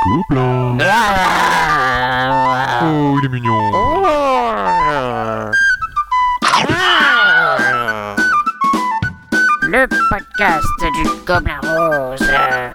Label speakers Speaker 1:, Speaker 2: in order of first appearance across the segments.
Speaker 1: Gobelin. Oh, il est mignon.
Speaker 2: Le podcast du Gobelin Rose.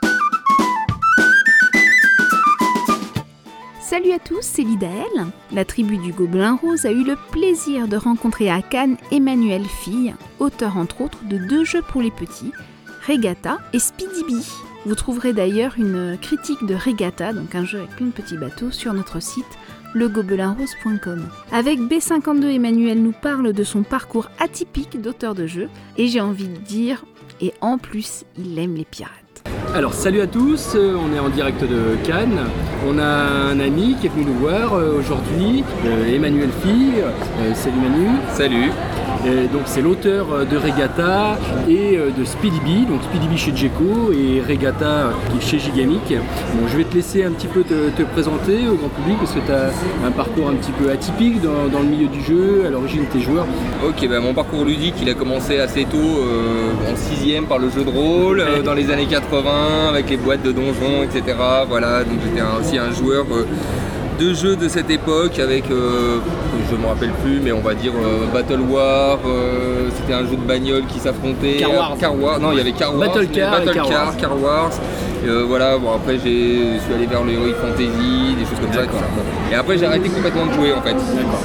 Speaker 3: Salut à tous, c'est Lidaël. La tribu du Gobelin Rose a eu le plaisir de rencontrer à Cannes Emmanuel Fille, auteur entre autres de 2 jeux pour les petits, Regatta et Speedy Bee. Vous trouverez d'ailleurs une critique de Regatta, donc un jeu avec plein de petits bateaux, sur notre site legobelinrose.com. Avec B52, Emmanuel nous parle de son parcours atypique d'auteur de jeu, et j'ai envie de dire, et en plus, il aime les pirates.
Speaker 4: Alors salut à tous, on est en direct de Cannes. On a un ami qui est venu nous voir aujourd'hui, Emmanuel Fille. Salut Manu.
Speaker 5: Salut.
Speaker 4: Donc c'est l'auteur de Regatta et de Speedy Bee, donc Speedy Bee chez Djeco et Regatta qui est chez Gigamic. Bon, je vais te laisser un petit peu te présenter au grand public parce que tu as un parcours un petit peu atypique dans le milieu du jeu. À l'origine tu es joueur.
Speaker 5: Ok, mon parcours ludique il a commencé assez tôt en 6ème par le jeu de rôle, dans les années 80 avec les boîtes de donjons, etc. Voilà, donc j'étais aussi un joueur de jeux de cette époque avec, je ne me rappelle plus, mais on va dire Battle War, c'était un jeu de bagnole qui s'affrontait.
Speaker 4: Car Wars.
Speaker 5: Non, il y avait Car Wars. Car Wars. Voilà, bon, après je suis allé vers le Heroic Fantasy, des choses comme ça. Et après j'ai arrêté complètement de jouer en fait.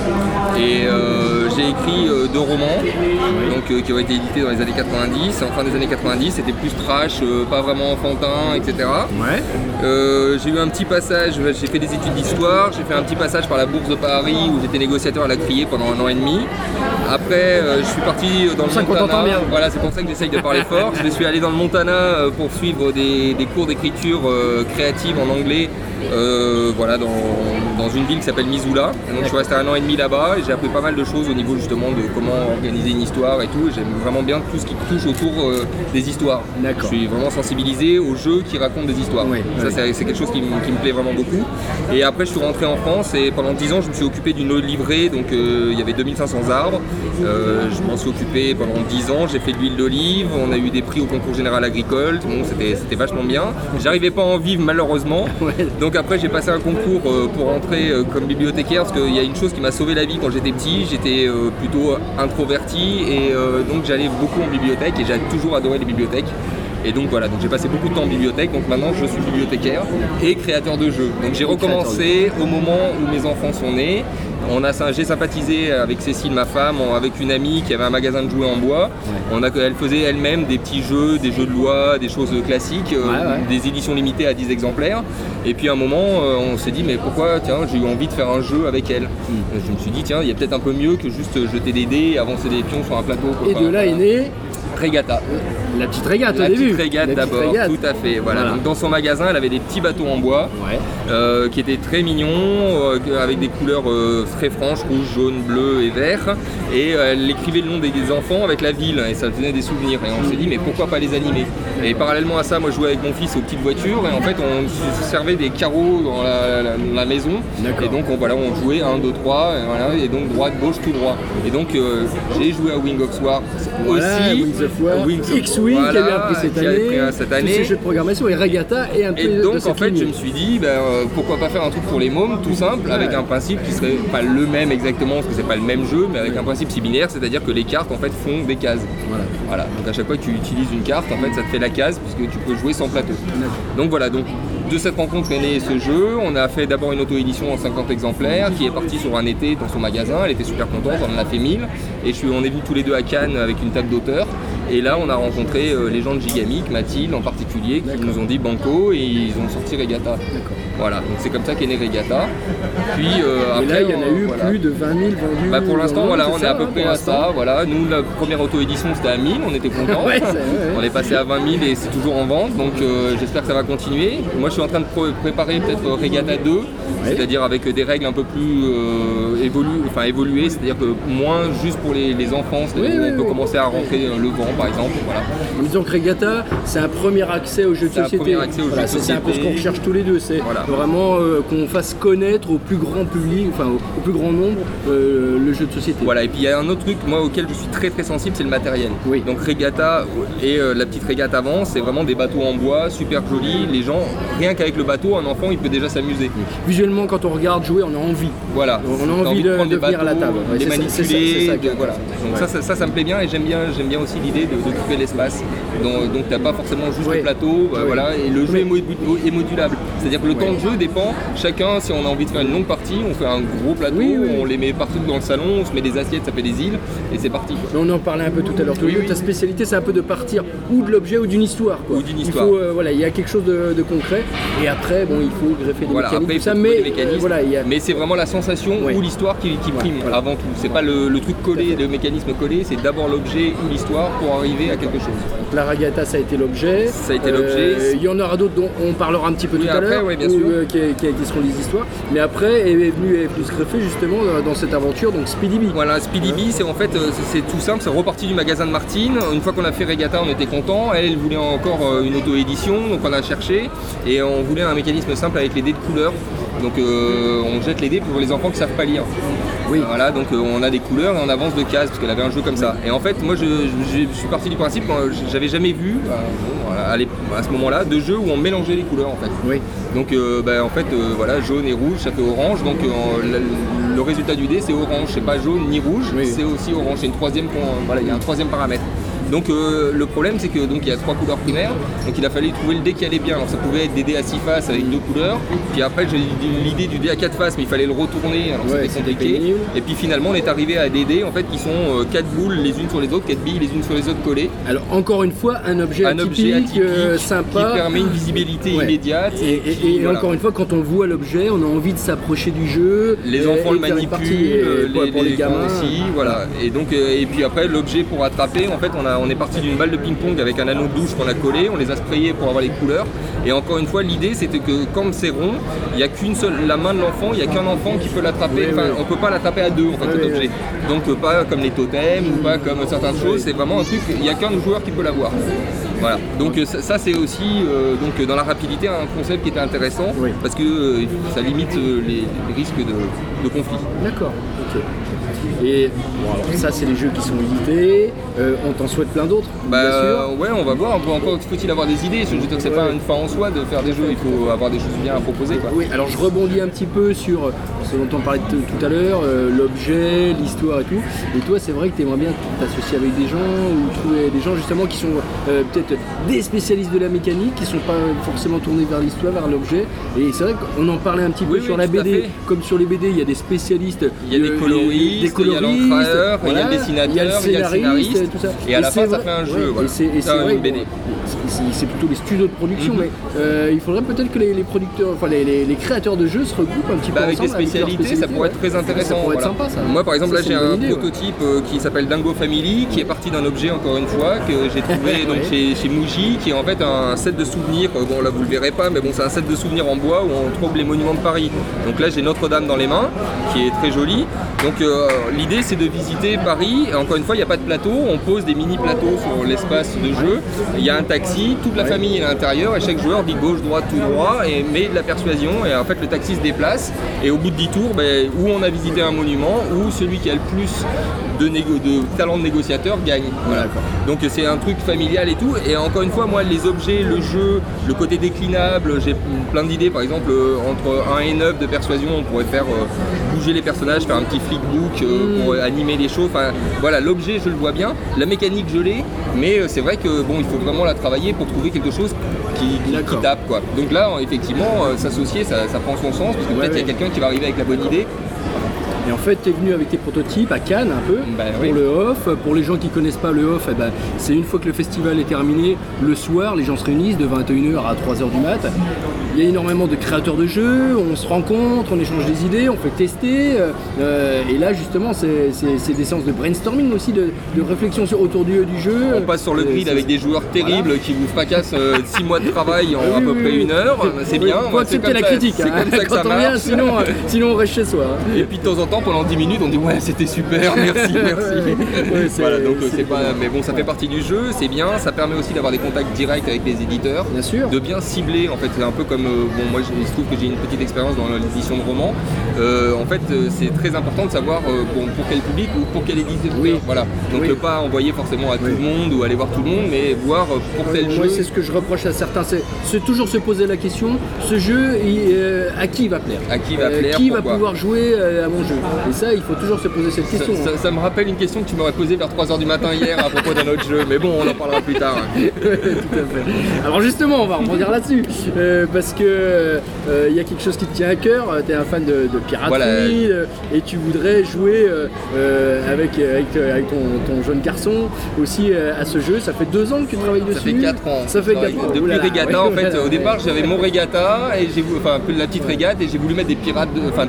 Speaker 5: Et j'ai écrit 2 romans donc, qui ont été édités dans les années 90. En fin des années 90, c'était plus trash, pas vraiment enfantin, etc.
Speaker 4: Ouais.
Speaker 5: J'ai eu un petit passage, j'ai fait des études d'histoire, j'ai fait un petit passage par la Bourse de Paris où j'étais négociateur à la Criée pendant 1 an et demi. Après, je suis parti dans le Montana.
Speaker 4: Bien.
Speaker 5: Voilà, c'est pour ça que j'essaye de parler fort. Je suis allé dans le Montana pour suivre des cours d'écriture créative en anglais. Voilà, dans une ville qui s'appelle Missoula. Donc je suis resté 1 an et demi là-bas et j'ai appris pas mal de choses au niveau justement de comment organiser une histoire et tout. J'aime vraiment bien tout ce qui touche autour des histoires.
Speaker 4: D'accord.
Speaker 5: Je suis vraiment sensibilisé aux jeux qui racontent des histoires.
Speaker 4: Oui,
Speaker 5: ça c'est quelque chose qui me plaît vraiment beaucoup. Et après je suis rentré en France et pendant 10 ans je me suis occupé d'une livrée. Donc il y avait 2500 arbres. Je m'en suis occupé pendant 10 ans. J'ai fait de l'huile d'olive. On a eu des prix au concours général agricole. Bon, c'était vachement bien. J'arrivais pas à en vivre malheureusement. Donc après j'ai passé un concours pour rentrer comme bibliothécaire parce qu'il y a une chose qui m'a sauvé la vie quand j'étais petit, j'étais plutôt introverti et donc j'allais beaucoup en bibliothèque et j'ai toujours adoré les bibliothèques. Et donc voilà, donc j'ai passé beaucoup de temps en bibliothèque, donc maintenant je suis bibliothécaire et créateur de jeux. Donc j'ai recommencé au moment où mes enfants sont nés. J'ai sympathisé avec Cécile, ma femme, avec une amie qui avait un magasin de jouets en bois. Elle faisait elle-même des petits jeux, des jeux de loi, des choses classiques, des éditions limitées à 10 exemplaires. Et puis à un moment, on s'est dit, mais pourquoi, j'ai eu envie de faire un jeu avec elle. Je me suis dit, il y a peut-être un peu mieux que juste jeter des dés et avancer des pions sur un plateau.
Speaker 4: Et de là est né
Speaker 5: Regatta.
Speaker 4: La petite régate au début.
Speaker 5: La petite régate d'abord, tout à fait. Voilà. Donc, dans son magasin, elle avait des petits bateaux en bois qui étaient très mignons, avec des couleurs très franches, rouge, jaune, bleu et vert. Et elle écrivait le nom des enfants avec la ville et ça donnait des souvenirs. Et on s'est dit, mais pourquoi pas les animer? Et parallèlement à ça, moi je jouais avec mon fils aux petites voitures et en fait on se servait des carreaux dans la maison. Et donc on jouait 1, 2, 3 et donc droite, gauche, tout droit. Et donc j'ai joué à Wing of War aussi.
Speaker 4: X-Wing qui a eu un prix cette année. Tous ces jeux de programmation et Regatta et un peu.
Speaker 5: Et donc en fait je me suis dit pourquoi pas faire un truc pour les mômes tout simple avec un principe qui serait pas le même exactement parce que c'est pas le même jeu mais avec un principe similaire, c'est-à-dire que les cartes en fait font des cases. Voilà. Donc à chaque fois que tu utilises une carte en fait ça te fait la case puisque tu peux jouer sans plateau. Donc voilà, donc de cette rencontre est né ce jeu. On a fait d'abord une auto-édition en 50 exemplaires qui est partie sur un été dans son magasin. Elle était super contente, on en a fait 1000 et on est venus tous les deux à Cannes avec une table d'auteurs. Et là on a rencontré les gens de Gigamic, Mathilde en particulier, qui nous ont dit banco et ils ont sorti Regatta. Voilà, donc c'est comme ça qu'est né Regatta. Puis
Speaker 4: et là il y en a eu plus de 20 000 vendus.
Speaker 5: Pour l'instant on est à peu près à ça. Voilà. Nous la première auto-édition c'était à 1000, on était contents. On est passé à 20 000 et c'est toujours en vente, donc j'espère que ça va continuer. Moi je suis en train de préparer peut-être Regatta 2, c'est-à-dire avec des règles un peu plus évoluées, c'est-à-dire que moins juste pour les enfants, c'est-à-dire qu'on peut commencer à rentrer le vent par exemple. Voilà.
Speaker 4: Disons que Regatta, c'est un premier accès aux jeux de société.
Speaker 5: C'est un
Speaker 4: peu ce qu'on recherche tous les deux, c'est vraiment qu'on fasse connaître au plus grand public, enfin au plus grand nombre, le jeu de société.
Speaker 5: Voilà, et puis il y a un autre truc, moi, auquel je suis très très sensible, c'est le matériel.
Speaker 4: Oui.
Speaker 5: Donc Regatta et la petite régate avant, c'est vraiment des bateaux en bois, super jolis. Les gens, rien qu'avec le bateau, un enfant, il peut déjà s'amuser.
Speaker 4: Visuellement, quand on regarde jouer, on a envie.
Speaker 5: Voilà.
Speaker 4: On a envie de
Speaker 5: prendre des
Speaker 4: venir à la table.
Speaker 5: les manipuler. Voilà. Donc
Speaker 4: ouais.
Speaker 5: ça me plaît bien, et j'aime bien aussi l'idée d'occuper l'espace. Donc t'as pas forcément juste le plateau, voilà, et le jeu est modulable. C'est-à-dire que le temps de jeu dépend, chacun, si on a envie de faire une longue partie, on fait un gros plateau, on les met partout dans le salon, on se met des assiettes, ça fait des îles, et c'est parti.
Speaker 4: On en parlait un peu tout à l'heure. Ta spécialité, c'est un peu de partir ou de l'objet ou d'une histoire.
Speaker 5: Ou d'une histoire.
Speaker 4: Il y a quelque chose de concret, et après, il faut greffer des mécaniques,
Speaker 5: après,
Speaker 4: tout ça, mais
Speaker 5: mais c'est vraiment la sensation ou l'histoire qui prime avant tout. C'est pas le truc collé, le mécanisme collé, c'est d'abord l'objet ou l'histoire pour arriver à quelque chose.
Speaker 4: Donc, la Regatta, ça a été l'objet. Il y en aura d'autres dont on parlera un petit peu tout à l'heure, qui seront des histoires. Mais après est venu se greffer justement dans cette aventure, donc Speedy Bee.
Speaker 5: Voilà, Speedy Bee, c'est en fait c'est tout simple, c'est reparti du magasin de Martine. Une fois qu'on a fait Regatta, on était content. Elle voulait encore une auto-édition, donc on a cherché et on voulait un mécanisme simple avec les dés de couleur. Donc on jette les dés pour les enfants qui savent pas lire. Oui. Voilà, donc on a des couleurs et on avance de cases parce qu'elle avait un jeu comme ça. Et en fait, moi je suis parti du principe, j'avais jamais vu à ce moment-là de jeu où on mélangeait les couleurs en fait.
Speaker 4: Oui.
Speaker 5: Donc en fait jaune et rouge ça fait orange. Donc le résultat du dé c'est orange, c'est pas jaune ni rouge, c'est aussi orange. C'est il y a un troisième paramètre. Donc le problème c'est que il y a 3 couleurs primaires, donc il a fallu trouver le dé qui allait bien. Alors ça pouvait être des dés à 6 faces avec 2 couleurs, puis après j'ai eu l'idée du dé à 4 faces mais il fallait le retourner, alors c'était compliqué. Et puis finalement on est arrivé à des dés en fait qui sont 4 boules les unes sur les autres, 4 billes les unes sur les autres collées.
Speaker 4: Alors encore une fois un objet atypique sympa
Speaker 5: qui permet une visibilité immédiate.
Speaker 4: Et voilà. Encore une fois quand on voit l'objet on a envie de s'approcher du jeu.
Speaker 5: Les enfants le manipulent, les gamins aussi, voilà. Et donc et puis après l'objet pour attraper en fait on est parti d'une balle de ping-pong avec un anneau de douche qu'on a collé, on les a sprayés pour avoir les couleurs. Et encore une fois, l'idée c'était que comme c'est rond, il n'y a qu'une seule, la main de l'enfant, il n'y a qu'un enfant qui peut l'attraper. On ne peut pas l'attraper à deux en fait, cet objet. Donc pas comme les totems ou pas comme certaines choses, c'est vraiment un truc, il n'y a qu'un joueur qui peut l'avoir. Voilà. Donc ça c'est aussi dans la rapidité un concept qui était intéressant parce que ça limite les risques de conflit.
Speaker 4: D'accord. Ok. Et alors ça c'est les jeux qui sont édités, on t'en souhaite plein d'autres, bien sûr.
Speaker 5: Ouais, on va voir, encore faut-il avoir des idées, je veux dire que c'est pas une fin en soi de faire des jeux, il faut avoir des choses bien à proposer quoi.
Speaker 4: Oui, alors je rebondis un petit peu sur ce dont on parlait tout à l'heure, l'objet, l'histoire et tout, et toi c'est vrai que tu aimerais bien t'associer avec des gens ou trouver des gens justement qui sont peut-être des spécialistes de la mécanique, qui sont pas forcément tournés vers l'histoire, vers l'objet, et c'est vrai qu'on en parlait un petit peu sur la BD, comme sur les BD il y a des spécialistes,
Speaker 5: il y a des coloristes, il y a l'encreur, il y a le dessinateur, il y a le scénariste,
Speaker 4: tout ça.
Speaker 5: Et à la fin ça fait un jeu, voilà.
Speaker 4: C'est vrai, c'est plutôt les studios de production, mais il faudrait peut-être que les producteurs, enfin les créateurs de jeux se regroupent un petit peu
Speaker 5: avec
Speaker 4: ensemble,
Speaker 5: des spécialités, ça pourrait être très intéressant.
Speaker 4: Ça pourrait être sympa ça.
Speaker 5: Moi par exemple là j'ai un prototype qui s'appelle Dingo Family, qui est parti d'un objet encore une fois que j'ai trouvé donc chez Muji, qui est en fait un set de souvenirs. Bon là vous le verrez pas, mais bon c'est un set de souvenirs en bois où on trouve les monuments de Paris. Donc là j'ai Notre-Dame dans les mains, qui est très jolie. Donc l'idée c'est de visiter Paris, et encore une fois il n'y a pas de plateau, on pose des mini plateaux sur l'espace de jeu, il y a un taxi, toute la famille est à l'intérieur et chaque joueur dit gauche, droite, tout droit et met de la persuasion, et en fait le taxi se déplace et au bout de 10 tours, où on a visité un monument, ou celui qui a le plus de talent de négociateur gagne. Voilà. Donc c'est un truc familial et tout, et encore une fois moi les objets, le jeu, le côté déclinable, j'ai plein d'idées. Par exemple entre 1 et 9 de persuasion on pourrait faire bouger les personnages, faire un petit flickbook pour animer les shows. Enfin voilà, l'objet je le vois bien, la mécanique je l'ai, mais c'est vrai que bon il faut vraiment la travailler pour trouver quelque chose qui tape quoi. Donc là effectivement s'associer ça prend son sens, parce que peut-être il y a quelqu'un qui va arriver avec la bonne idée.
Speaker 4: Et en fait, tu es venu avec tes prototypes à Cannes un peu, pour le off. Pour les gens qui ne connaissent pas le off, c'est une fois que le festival est terminé, le soir, les gens se réunissent de 21h à 3h du mat'. Il y a énormément de créateurs de jeux, on se rencontre, on échange des idées, on fait tester. Et là, justement, c'est des séances de brainstorming aussi, de réflexion autour du jeu.
Speaker 5: On passe sur le grid avec des joueurs terribles qui vous fracassent 6 mois de travail en à peu près 1 heure. C'est bien.
Speaker 4: Il faut accepter la critique,
Speaker 5: c'est comme ça que ça marche.
Speaker 4: Sinon on reste chez soi.
Speaker 5: Et puis de temps en temps, content pendant 10 minutes, on dit ouais c'était super, merci.
Speaker 4: Ouais,
Speaker 5: Voilà, donc c'est pas. Mais bon, ça fait partie du jeu, c'est bien, ça permet aussi d'avoir des contacts directs avec les éditeurs,
Speaker 4: bien sûr.
Speaker 5: de bien cibler, en fait, c'est un peu comme, bon moi il se trouve que j'ai une petite expérience dans l'édition de romans, en fait c'est très important de savoir bon, pour quel public ou pour quel éditeur, voilà, donc ne pas envoyer forcément à tout le monde ou aller voir tout le monde, mais voir pour tel jeu.
Speaker 4: Moi c'est ce que je reproche à certains, c'est toujours se poser la question, ce jeu à qui il va plaire,
Speaker 5: à qui va plaire,
Speaker 4: qui va pouvoir jouer à mon jeu, et ça il faut toujours se poser cette question.
Speaker 5: Ça me rappelle une question que tu m'aurais posée vers 3h du matin hier à propos d'un autre jeu, mais bon on en parlera plus tard.
Speaker 4: Tout à fait. Alors justement on va rebondir là-dessus, parce que il y a quelque chose qui te tient à cœur, tu es un fan de piraterie, voilà. Et tu voudrais jouer avec ton jeune garçon aussi à ce jeu. Ça fait 2 ans que tu travailles dessus.
Speaker 5: Ça fait 4 ans.
Speaker 4: Ça fait 4 ans.
Speaker 5: Depuis Regatta, en fait, au départ j'avais mon Regatta, et enfin la petite régate, et j'ai voulu mettre des pirates,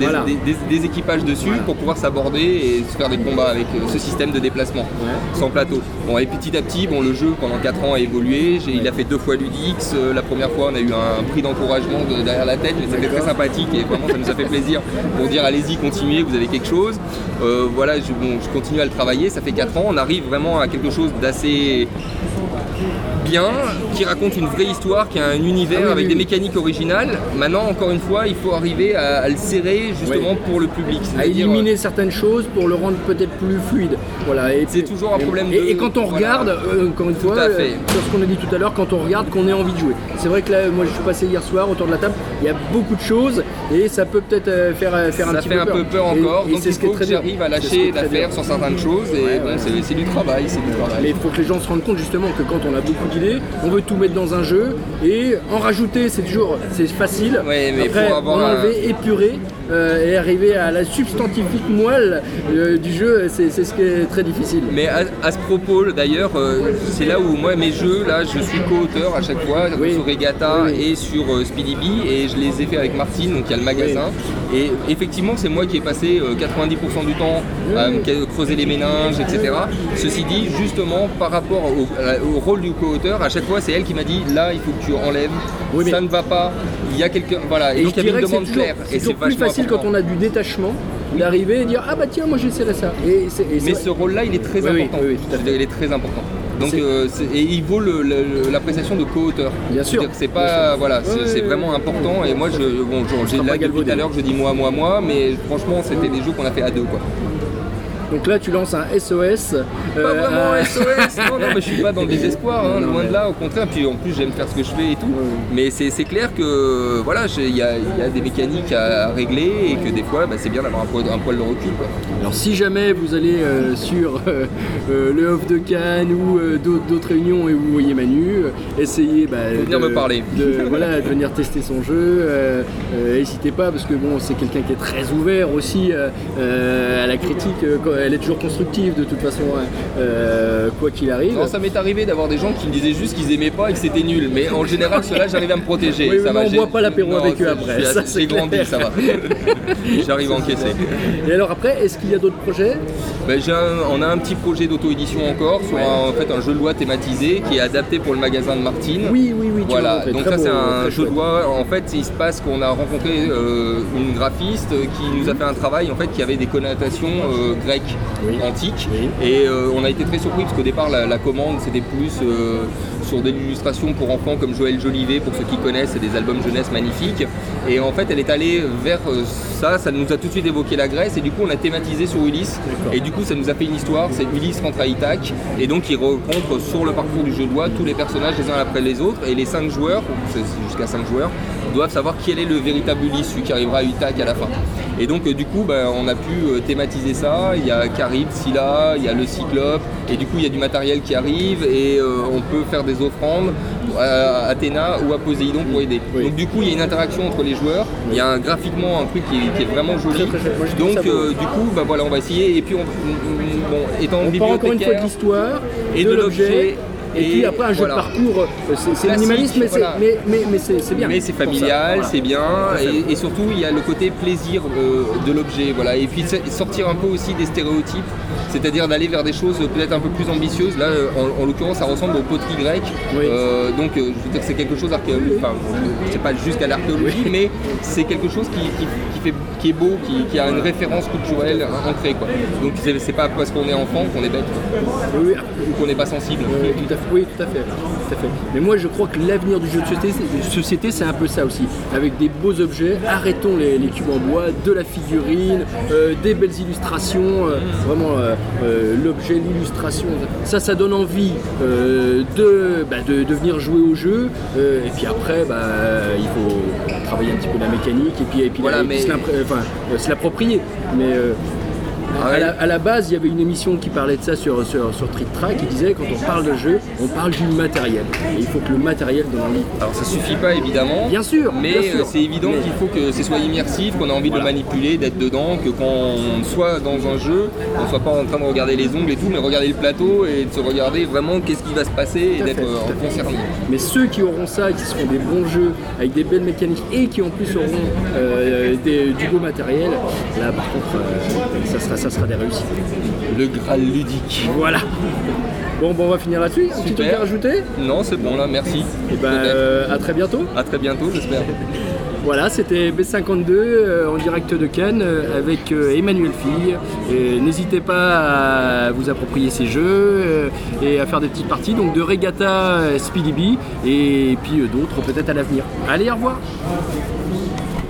Speaker 5: des équipages dessus pour pouvoir s'aborder et se faire des combats avec ce système de déplacement sans plateau. Bon, et petit à petit, bon, le jeu pendant 4 ans a évolué, il a fait 2 fois Ludix, la première fois on a eu un prix d'encouragement derrière la tête, mais c'était très sympathique et vraiment ça nous a fait plaisir pour dire allez-y, continuez, vous avez quelque chose. Voilà, je continue à le travailler, ça fait 4 ans, on arrive vraiment à quelque chose d'assez bien, qui raconte une vraie histoire, qui a un univers avec des mécaniques originales. Maintenant, encore une fois, il faut arriver à le serrer justement pour le public.
Speaker 4: À éliminer certaines choses pour le rendre peut-être plus fluide. Voilà.
Speaker 5: C'est toujours un problème
Speaker 4: et quand on regarde, encore une fois, sur ce qu'on a dit tout à l'heure, quand on regarde, qu'on ait envie de jouer. C'est vrai que là, moi je suis passé hier soir autour de la table, il y a beaucoup de choses et ça peut peut-être faire un petit peu peur. Ça fait un peu
Speaker 5: peur encore, donc il faut que j'arrive à lâcher l'affaire sur certaines choses et bon, c'est du travail.
Speaker 4: Mais il faut que les gens se rendent compte justement que quand on a beaucoup d'idées, on veut tout mettre dans un jeu et en rajouter, c'est facile.
Speaker 5: Ouais, mais
Speaker 4: après, en enlever, épurer et arriver à la substantifique moelle du jeu, c'est ce qui est très difficile.
Speaker 5: Mais à ce propos d'ailleurs, c'est là où moi mes jeux, là je suis co-auteur à chaque fois sur Regatta et sur Speedy Bee, et je les ai fait avec Martine, donc il y a le magasin. Et effectivement c'est moi qui ai passé 90% du temps à creuser les méninges, etc. Ceci dit, justement par rapport au rôle du co-auteur, à chaque fois c'est elle qui m'a dit là il faut que tu enlèves, ça ne va pas, il y a quelqu'un, voilà, et donc il y a une demande claire.
Speaker 4: Et c'est plus facile quand on a du détachement d'arriver et dire ah bah tiens moi j'essaierai ça.
Speaker 5: Mais ce rôle-là il est très important. Il est très important. Donc et il vaut l'appréciation de co-auteur.
Speaker 4: Bien sûr.
Speaker 5: C'est pas c'est vraiment important, et moi j'ai là depuis tout à l'heure que je dis moi, mais franchement c'était des jeux qu'on a fait à 2 quoi.
Speaker 4: Donc là tu lances un SOS.
Speaker 5: Pas vraiment SOS, non mais je suis pas dans le désespoir, loin de là, au contraire, puis en plus j'aime faire ce que je fais et tout, mais c'est clair que voilà, il y a des mécaniques à régler et que des fois c'est bien d'avoir un poil de recul quoi.
Speaker 4: Alors si jamais vous allez sur le Off de Cannes ou d'autres réunions et vous voyez Manu, essayez
Speaker 5: de venir me parler,
Speaker 4: de venir tester son jeu, n'hésitez pas parce que bon c'est quelqu'un qui est très ouvert aussi à la critique. Elle est toujours constructive de toute façon, quoi qu'il arrive.
Speaker 5: Non, ça m'est arrivé d'avoir des gens qui me disaient juste qu'ils aimaient pas et que c'était nul, mais en général ceux-là j'arrive à me protéger.
Speaker 4: Oui, on boit pas l'apéro avec eux après.
Speaker 5: J'ai grandi, ça va. J'arrive à encaisser.
Speaker 4: Et alors après, est-ce qu'il y a d'autres projets?
Speaker 5: On a un petit projet d'auto-édition encore sur un jeu de loi thématisé qui est adapté pour le magasin de Martine.
Speaker 4: Oui.
Speaker 5: Voilà, donc ça c'est un jeu de loi. En fait, il se passe qu'on a rencontré une graphiste qui nous a fait un travail en fait qui avait des connotations grecques antiques, et on a été très surpris parce qu'au départ la commande c'était plus sur des illustrations pour enfants comme Joël Jolivet, pour ceux qui connaissent, c'est des albums jeunesse magnifiques, et en fait elle est allée vers ça nous a tout de suite évoqué la Grèce, et du coup on a thématisé sur Ulysse, et du coup ça nous a fait une histoire, c'est Ulysse rentre à Ithaque, et donc il rencontre sur le parcours du jeu de loi tous les personnages les uns après les autres, et les 5 joueurs, c'est jusqu'à 5 joueurs, doivent savoir quel est le véritable Ulysse, celui qui arrivera à Ithaque à la fin. Et donc du coup on a pu thématiser ça, il y a Charybde, Scylla, il y a le Cyclope, et du coup il y a du matériel qui arrive, et on peut faire des offrandes à Athéna ou à Poséidon pour aider. Donc du coup il y a une interaction entre les joueurs, il y a graphiquement un truc qui est vraiment joli, donc du coup on va essayer, et puis étant
Speaker 4: on parle encore une fois de l'histoire et de l'objet. Et puis après un jeu de parcours, c'est minimaliste, mais c'est bien.
Speaker 5: Mais c'est familial, c'est bien, et surtout il y a le côté plaisir de l'objet, voilà. Et puis sortir un peu aussi des stéréotypes. c'est-à-dire d'aller vers des choses peut-être un peu plus ambitieuses. Là, en l'occurrence, ça ressemble aux poteries grecques.
Speaker 4: Oui.
Speaker 5: Donc, je veux dire que c'est quelque chose archéologique. Enfin, c'est pas jusqu'à l'archéologie, mais c'est quelque chose qui est beau, qui a une référence culturelle ancrée, quoi. Donc, c'est pas parce qu'on est enfant qu'on est bête,
Speaker 4: Oui,
Speaker 5: ou qu'on n'est pas sensible.
Speaker 4: oui, tout à fait. Mais moi, je crois que l'avenir du jeu de société, c'est un peu ça aussi. Avec des beaux objets, arrêtons les cubes en bois, de la figurine, des belles illustrations, vraiment l'objet, l'illustration. Ça donne envie de venir jouer au jeu. Et puis après, il faut travailler un petit peu la mécanique et puis
Speaker 5: Voilà,
Speaker 4: se l'approprier. Mais à la base, il y avait une émission qui parlait de ça sur Trick Track qui disait quand on parle de jeu, on parle du matériel. Et il faut que le matériel donne envie.
Speaker 5: Alors ça suffit pas évidemment,
Speaker 4: Bien sûr,
Speaker 5: c'est évident qu'il faut que ce soit immersif, qu'on ait envie de le manipuler, d'être dedans, que quand on soit dans un jeu, on soit pas en train de regarder les ongles et tout, mais regarder le plateau et de se regarder vraiment qu'est-ce qui va se passer et d'être concerné.
Speaker 4: Mais ceux qui auront ça et qui seront des bons jeux avec des belles mécaniques et qui en plus auront du beau matériel, là par contre ça sera des réussites.
Speaker 5: Le Graal ludique.
Speaker 4: Voilà. Bon, on va finir là-dessus. Un petit truc à rajouter?
Speaker 5: Non, c'est bon là, merci.
Speaker 4: Et à très bientôt.
Speaker 5: À très bientôt, j'espère.
Speaker 4: Voilà, c'était B52 en direct de Cannes avec Emmanuel Fille. Et n'hésitez pas à vous approprier ces jeux et à faire des petites parties donc de Regatta, Speedy Bee et puis d'autres peut-être à l'avenir. Allez, au revoir.